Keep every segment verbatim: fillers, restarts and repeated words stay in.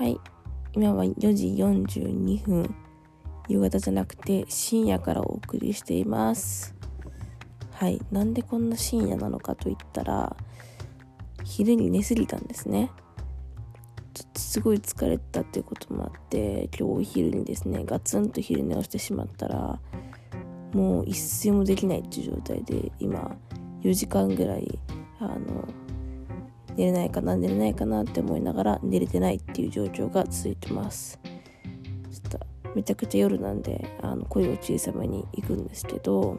はい、今はよじよんじゅうにふん、夕方じゃなくて深夜からお送りしています。はい、なんでこんな深夜なのかといったら、昼に寝すぎたんですね。ちょっとすごい疲れたっていうこともあって、今日お昼にですねガツンと昼寝をしてしまったら、もう一睡もできないっていう状態で、今よじかんぐらいあの寝れないかな寝れないかなって思いながら寝れてないっていう状況が続いてます。ちょっとめちゃくちゃ夜なんであの声を小さめに行くんですけど、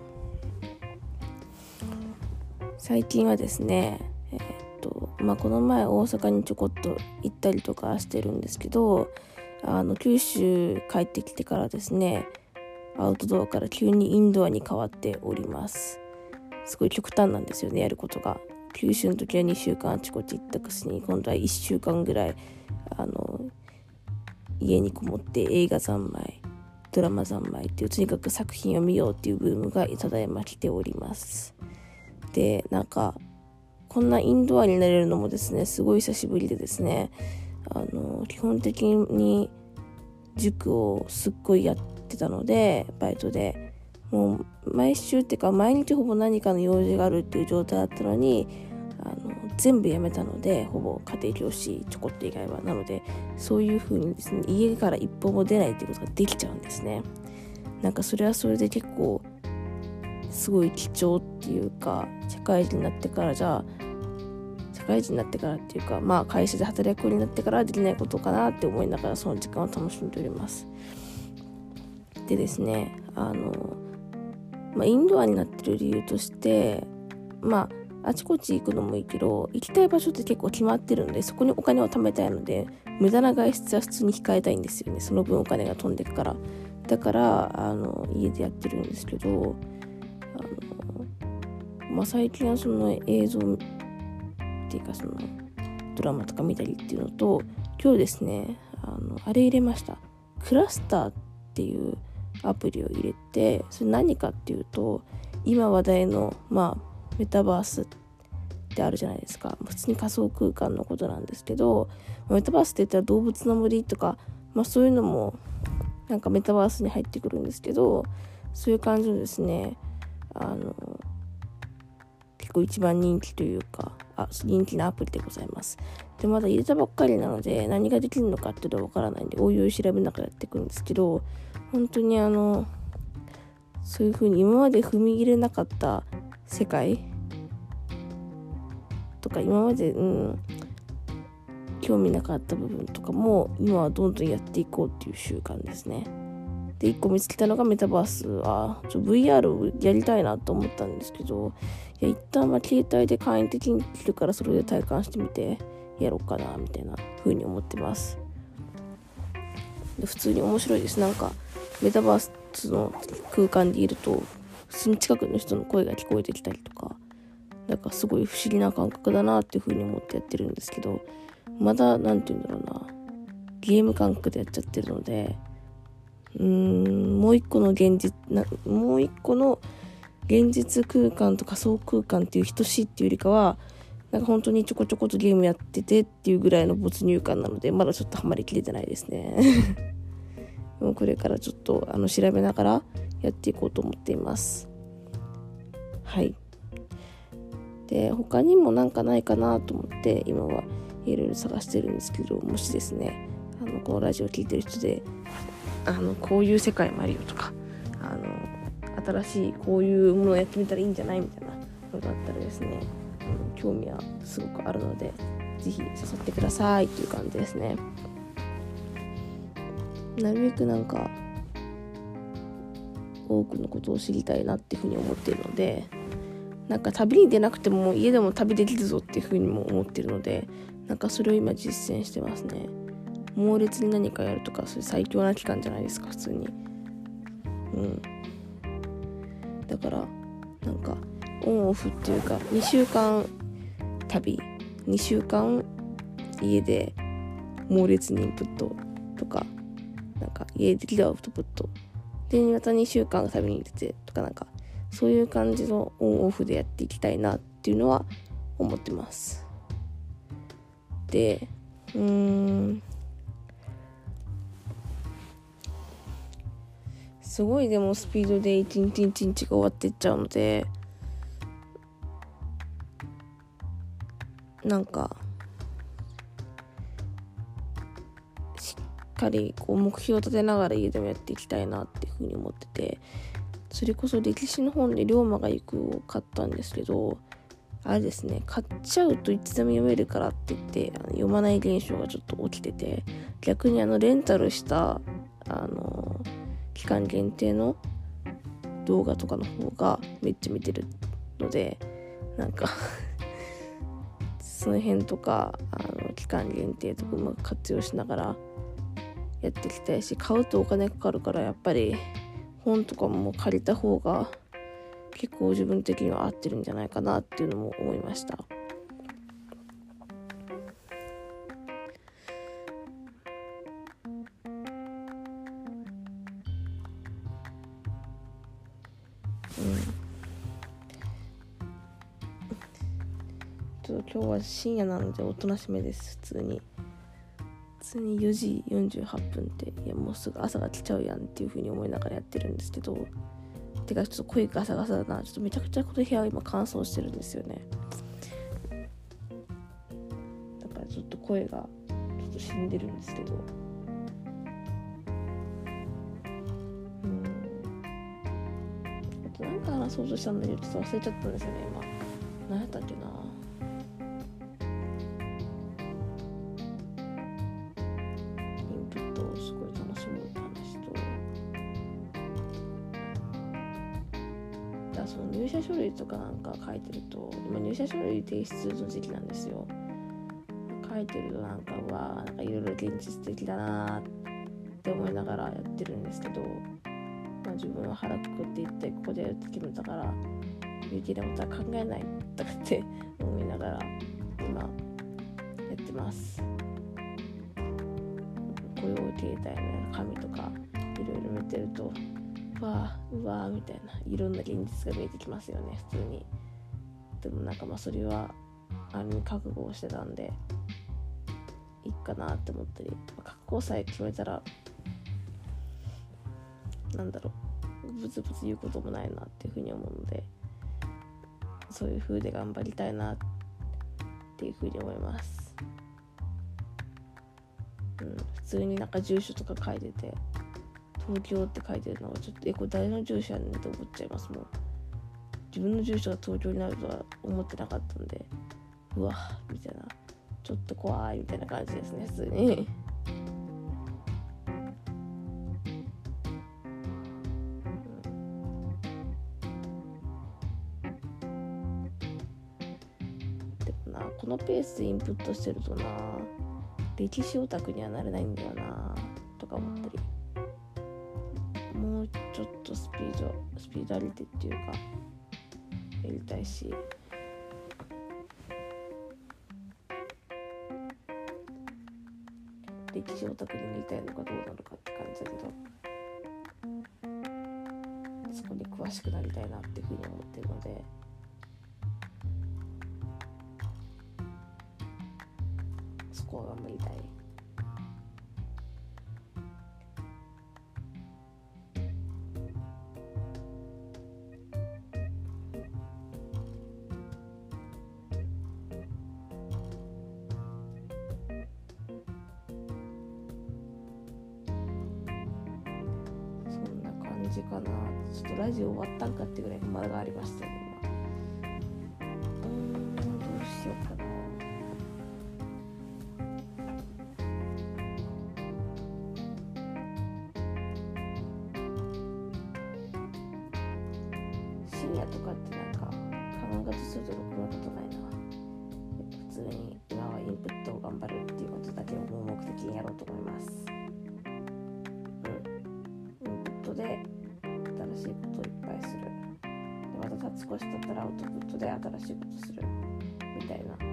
最近はですねえー、っとまあこの前大阪にちょこっと行ったりとかしてるんですけど、あの九州帰ってきてからですね、アウトドアから急にインドアに変わっております。すごい極端なんですよね、やることが。九州の時はにしゅうかんあちこち行ったくせに、今度はいっしゅうかんぐらいあの家にこもって映画三昧、ドラマ三昧っていう、とにかく作品を見ようっていうブームがただいま来ております。で、なんかこんなインドアになれるのもですね、すごい久しぶりでですね、あの基本的に塾をすっごいやってたので、バイトでもう毎週っていうか毎日ほぼ何かの用事があるっていう状態だったのに、あの全部やめたので、ほぼ家庭教師ちょこっと以外は。なのでそういう風にですね、家から一歩も出ないっていうことができちゃうんですね。なんかそれはそれで結構すごい貴重っていうか、社会人になってからじゃあ社会人になってからっていうかまあ会社で働くようになってからできないことかなって思いながら、その時間を楽しんでおります。でですね、あのまあ、インドアになってる理由として、まああちこち行くのもいいけど、行きたい場所って結構決まってるので、そこにお金を貯めたいので、無駄な外出は普通に控えたいんですよね。その分お金が飛んでくから。だからあの家でやってるんですけど、あの、まあ、最近はその映像っていうかそのドラマとか見たりっていうのと、今日ですねあのあれ入れました。クラスターっていうアプリを入れて、それ何かっていうと、今話題のまあメタバースってあるじゃないですか。普通に仮想空間のことなんですけど、メタバースって言ったら動物の森とか、まあそういうのもなんかメタバースに入ってくるんですけど、そういう感じのですね、あの結構一番人気というか、あ人気なアプリでございます。で、まだ入れたばっかりなので何ができるのかっていうのはわからないんで、おいおい調べながらやっていくんですけど、本当にあのそういう風に今まで踏み入れなかった世界とか、今までうん興味なかった部分とかも今はどんどんやっていこうっていう習慣ですね。で、いっこ見つけたのがメタバース。あちょ ブイアール をやりたいなと思ったんですけど、いや一旦まあ携帯で簡易的にできるから、それで体感してみてやろうかなみたいな風に思ってます。で、普通に面白いです。なんかメタバースの空間でいると、普通に近くの人の声が聞こえてきたりとか、なんかすごい不思議な感覚だなっていう風に思ってやってるんですけど、まだなんて言うんだろうな、ゲーム感覚でやっちゃってるので、うーんもう一個の現実なもう一個の現実空間と仮想空間っていう等しいっていうよりかは、なんか本当にちょこちょことゲームやっててっていうぐらいの没入感なので、まだちょっとハマりきれてないですねもうこれからちょっとあの調べながらやっていこうと思っています。はい。で、他にもなんかないかなと思って今はいろいろ探してるんですけど、もしですねあのこのラジオ聞いてる人で、あのこういう世界もあるよとか、あの新しいこういうものをやってみたらいいんじゃないみたいなのがあったらですね、あの興味はすごくあるので、ぜひ誘ってくださいっていう感じですね。なるべくなんか多くのことを知りたいなっていうふうに思っているので、なんか旅に出なくても家でも旅できるぞっていうふうにも思っているので、なんかそれを今実践してますね。猛烈に何かやるとか、それ最強な期間じゃないですか普通に。うんだからなんかオンオフっていうか、にしゅうかん旅、にしゅうかん家で猛烈にインプットとか、なんか家でできるアウトプットでまたにしゅうかん旅に出てとか、なんかそういう感じのオンオフでやっていきたいなっていうのは思ってます。で、うーんすごいでもスピードで一日一日が終わっていっちゃうので、なんかしっかりこう目標を立てながら家でもやっていきたいなっていうふうに思ってて、それこそ歴史の本で龍馬が行くを買ったんですけど、あれですね、買っちゃうといつでも読めるからって言ってあの読まない現象がちょっと起きてて、逆にあのレンタルしたあの期間限定の動画とかの方がめっちゃ見てるので、なんかその辺とかあの期間限定とかうまく活用しながらやっていきたいし、買うとお金かかるからやっぱり本とかも借りた方が結構自分的には合ってるんじゃないかなっていうのも思いました。ちょっと今日は深夜なのでおとなしめです。普通に普通によじよんじゅうはっぷんって、いやもうすぐ朝が来ちゃうやんっていう風に思いながらやってるんですけど、てかちょっと声ガサガサだな。ちょっとめちゃくちゃこの部屋今乾燥してるんですよね。だからちょっと声がちょっと死んでるんですけど、うんあとなんか話そうとしたんだけどちょっと忘れちゃったんですよね今。何やったっけな。インプットをすごい楽しむって話と、だその入社書類とかなんか書いてると、今入社書類提出の時期なんですよ。書いてるとなんかはなんかいろいろ現実的だなって思いながらやってるんですけど、まあ、自分は腹くくって一体ここでやるって決めたから有機でもた考えないとかって思いながら今やってます。雇用形態の紙とかいろいろ見てると、うわーうわーみたいないろんな現実が見えてきますよね普通に。でもなんかまあそれはある意味覚悟をしてたんでいいかなって思ったり、覚悟さえ決めたらなんだろうブツブツ言うこともないなっていうふうに思うので、そういう風で頑張りたいなっていうふうに思います。うん、普通になんか住所とか書いてて東京って書いてるのがちょっとえこれ誰の住所やねんって思っちゃいますもん。自分の住所が東京になるとは思ってなかったんで、うわみたいな、ちょっと怖いみたいな感じですね普通に。でもなこのペースでインプットしてるとな歴史オタクにはなれないんだよなとか思ったり、もうちょっとスピードスピード上げてっていうかやりたいし、歴史オタクになりたいのかどうなのかって感じだけど、そこに詳しくなりたいなっていうふうに思ってるので、そこは頑張りたい。時かな。ちょっとラジオ終わったんかってぐらい間がありましたよね今。うーんどうしようかな。深夜とかってなんか考え方するとろくなことないな。普通に今はインプットを頑張るっていうことだけを目的にやろうと思います。うんインプットで新しいことをいっぱいする。でまた立つ越しだったらアウトプットで新しいことするみたいな。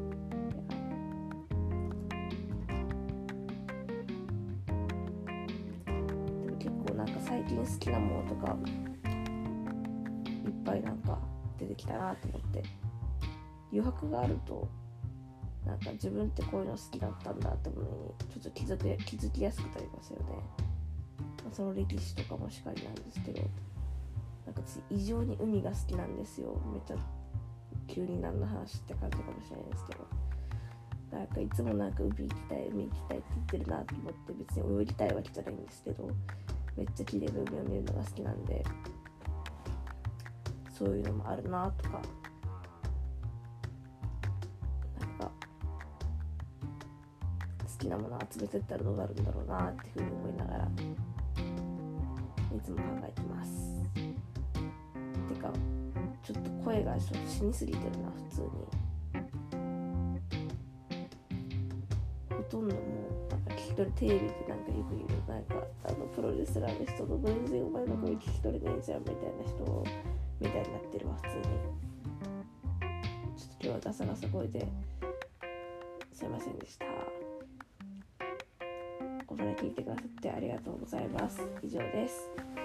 でも結構なんか最近好きなものとかいっぱいなんか出てきたなと思って、余白があるとなんか自分ってこういうの好きだったんだってものにちょっと気づけ気づきやすくなりますよね。 その歴史とかもしかりなんですけど、なんか異常に海が好きなんですよ。めっちゃ急に何の話って感じかもしれないですけど、なんかいつもなんか海行きたい海行きたいって言ってるなと思って、別に泳ぎたいわけじゃないんですけど、めっちゃ綺麗な海を見るのが好きなんで、そういうのもあるなとか、なんか好きなものを集めてったらどうなるんだろうなっていうふうに思いながらいつも考えてます。てかちょっと声がちょっと死にすぎてるな、普通に。ほとんどもうなんか聞き取り、テレビでなんかよくいるなんかあのプロレスラーの人の全然お前の声聞き取れないじゃんみたいな人みたいになってるわ、普通に。ちょっと今日はガサガサ声ですいませんでした。ここまで聞いてくださってありがとうございます。以上です。